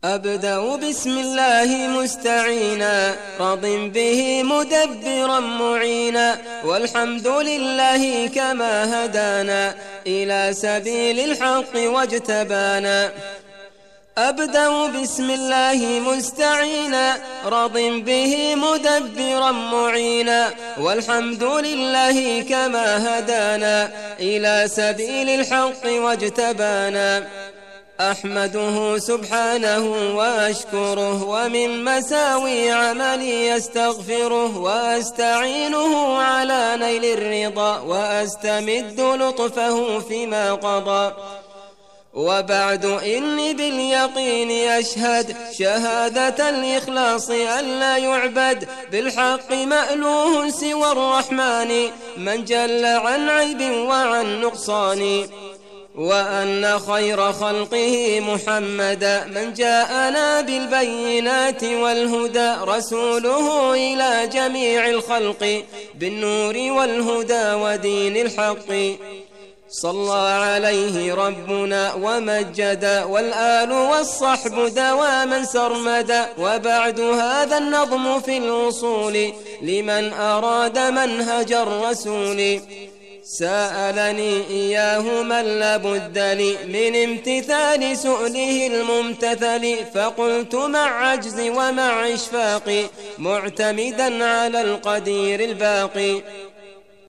أبدأ بسم الله مستعينا راض به مدبرا معينا، والحمد لله كما هدانا إلى سبيل الحق واجتبانا. أبدأ بسم الله مستعينا راض به مدبرا معينا، والحمد لله كما هدانا إلى سبيل الحق واجتبانا. أحمده سبحانه وأشكره، ومن مساوي عملي أستغفره، وأستعينه على نيل الرضا، وأستمد لطفه فيما قضى. وبعد إني باليقين أشهد شهادة الإخلاص أن لا يعبد بالحق مألوه سوى الرحمن، من جل عن عيب وعن نقصان، وأن خير خلقه محمدا من جاءنا بالبينات والهدى، رسوله إلى جميع الخلق بالنور والهدى ودين الحق. صلى عليه ربنا ومجدا، والآل والصحب دواما سرمدا. وبعد هذا النظم في الوصول لمن أراد منهج الرسول، سألني إياه من لابد لي من امتثال سؤله الممتثل، فقلت مع عجزي ومع إشفاقي معتمدا على القدير الباقي.